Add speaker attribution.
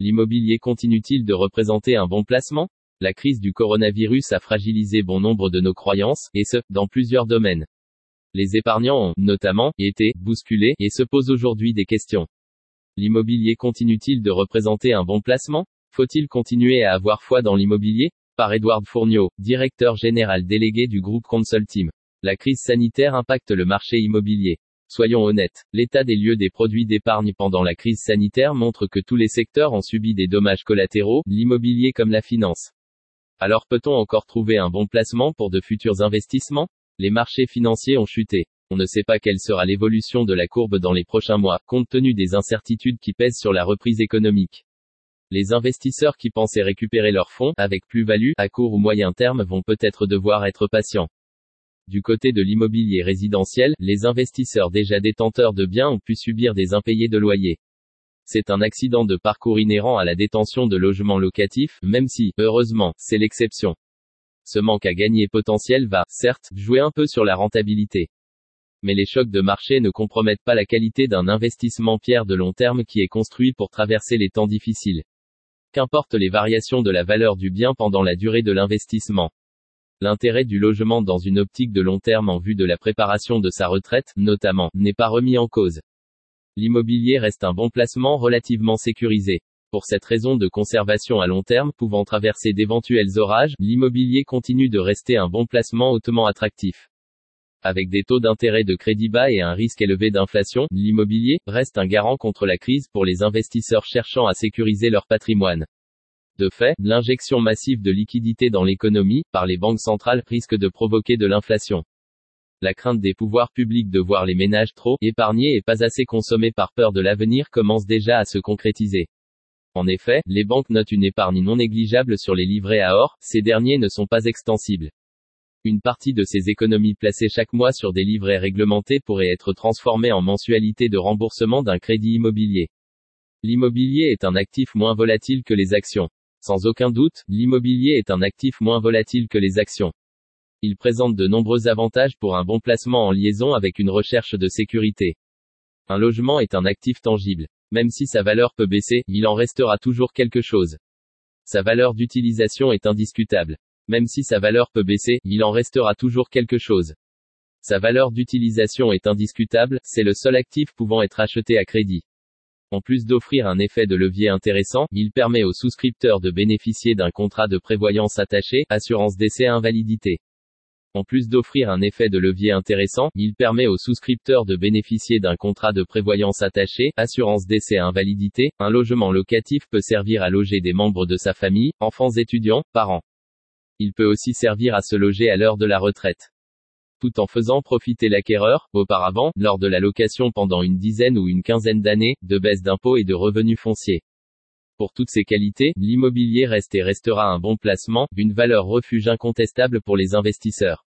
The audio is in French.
Speaker 1: L'immobilier continue-t-il de représenter un bon placement? La crise du coronavirus a fragilisé bon nombre de nos croyances, et ce, dans plusieurs domaines. Les épargnants ont, notamment, été bousculés, et se posent aujourd'hui des questions. L'immobilier continue-t-il de représenter un bon placement? Faut-il continuer à avoir foi dans l'immobilier? Par Édouard Fourniot, directeur général délégué du groupe Consulteam. La crise sanitaire impacte le marché immobilier. Soyons honnêtes, l'état des lieux des produits d'épargne pendant la crise sanitaire montre que tous les secteurs ont subi des dommages collatéraux, l'immobilier comme la finance. Alors peut-on encore trouver un bon placement pour de futurs investissements? Les marchés financiers ont chuté. On ne sait pas quelle sera l'évolution de la courbe dans les prochains mois, compte tenu des incertitudes qui pèsent sur la reprise économique. Les investisseurs qui pensaient récupérer leurs fonds, avec plus-value, à court ou moyen terme vont peut-être devoir être patients. Du côté de l'immobilier résidentiel, les investisseurs déjà détenteurs de biens ont pu subir des impayés de loyers. C'est un accident de parcours inhérent à la détention de logements locatifs, même si, heureusement, c'est l'exception. Ce manque à gagner potentiel va, certes, jouer un peu sur la rentabilité. Mais les chocs de marché ne compromettent pas la qualité d'un investissement pierre de long terme qui est construit pour traverser les temps difficiles. Qu'importent les variations de la valeur du bien pendant la durée de l'investissement. L'intérêt du logement dans une optique de long terme en vue de la préparation de sa retraite, notamment, n'est pas remis en cause. L'immobilier reste un bon placement relativement sécurisé. Pour cette raison de conservation à long terme pouvant traverser d'éventuels orages, l'immobilier continue de rester un bon placement hautement attractif. Avec des taux d'intérêt de crédit bas et un risque élevé d'inflation, l'immobilier reste un garant contre la crise pour les investisseurs cherchant à sécuriser leur patrimoine. De fait, l'injection massive de liquidités dans l'économie, par les banques centrales, risque de provoquer de l'inflation. La crainte des pouvoirs publics de voir les ménages trop épargnés et pas assez consommés par peur de l'avenir commence déjà à se concrétiser. En effet, les banques notent une épargne non négligeable sur les livrets à or, ces derniers ne sont pas extensibles. Une partie de ces économies placées chaque mois sur des livrets réglementés pourrait être transformée en mensualité de remboursement d'un crédit immobilier. L'immobilier est un actif moins volatile que les actions. Sans aucun doute, l'immobilier est un actif moins volatile que les actions. Il présente de nombreux avantages pour un bon placement en liaison avec une recherche de sécurité. Un logement est un actif tangible. Même si sa valeur peut baisser, il en restera toujours quelque chose. Sa valeur d'utilisation est indiscutable. Même si sa valeur peut baisser, il en restera toujours quelque chose. Sa valeur d'utilisation est indiscutable, c'est le seul actif pouvant être acheté à crédit. En plus d'offrir un effet de levier intéressant, il permet aux souscripteurs de bénéficier d'un contrat de prévoyance attaché, assurance décès invalidité. En plus d'offrir un effet de levier intéressant, il permet aux souscripteurs de bénéficier d'un contrat de prévoyance attaché, assurance décès invalidité. Un logement locatif peut servir à loger des membres de sa famille, enfants étudiants, parents. Il peut aussi servir à se loger à l'heure de la retraite. Tout en faisant profiter l'acquéreur, auparavant, lors de la location pendant une dizaine ou une quinzaine d'années, de baisse d'impôts et de revenus fonciers. Pour toutes ces qualités, l'immobilier reste et restera un bon placement, une valeur refuge incontestable pour les investisseurs.